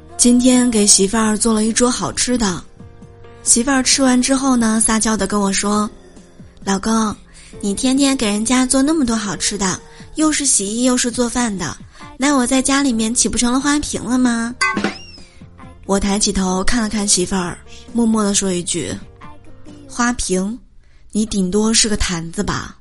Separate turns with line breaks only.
今天给媳妇儿做了一桌好吃的，媳妇儿吃完之后呢，撒娇地跟我说：“老公，你天天给人家做那么多好吃的，又是洗衣又是做饭的，那我在家里面岂不成了花瓶了吗？”我抬起头看了看媳妇儿，默默地说一句：“花瓶，你顶多是个坛子吧。”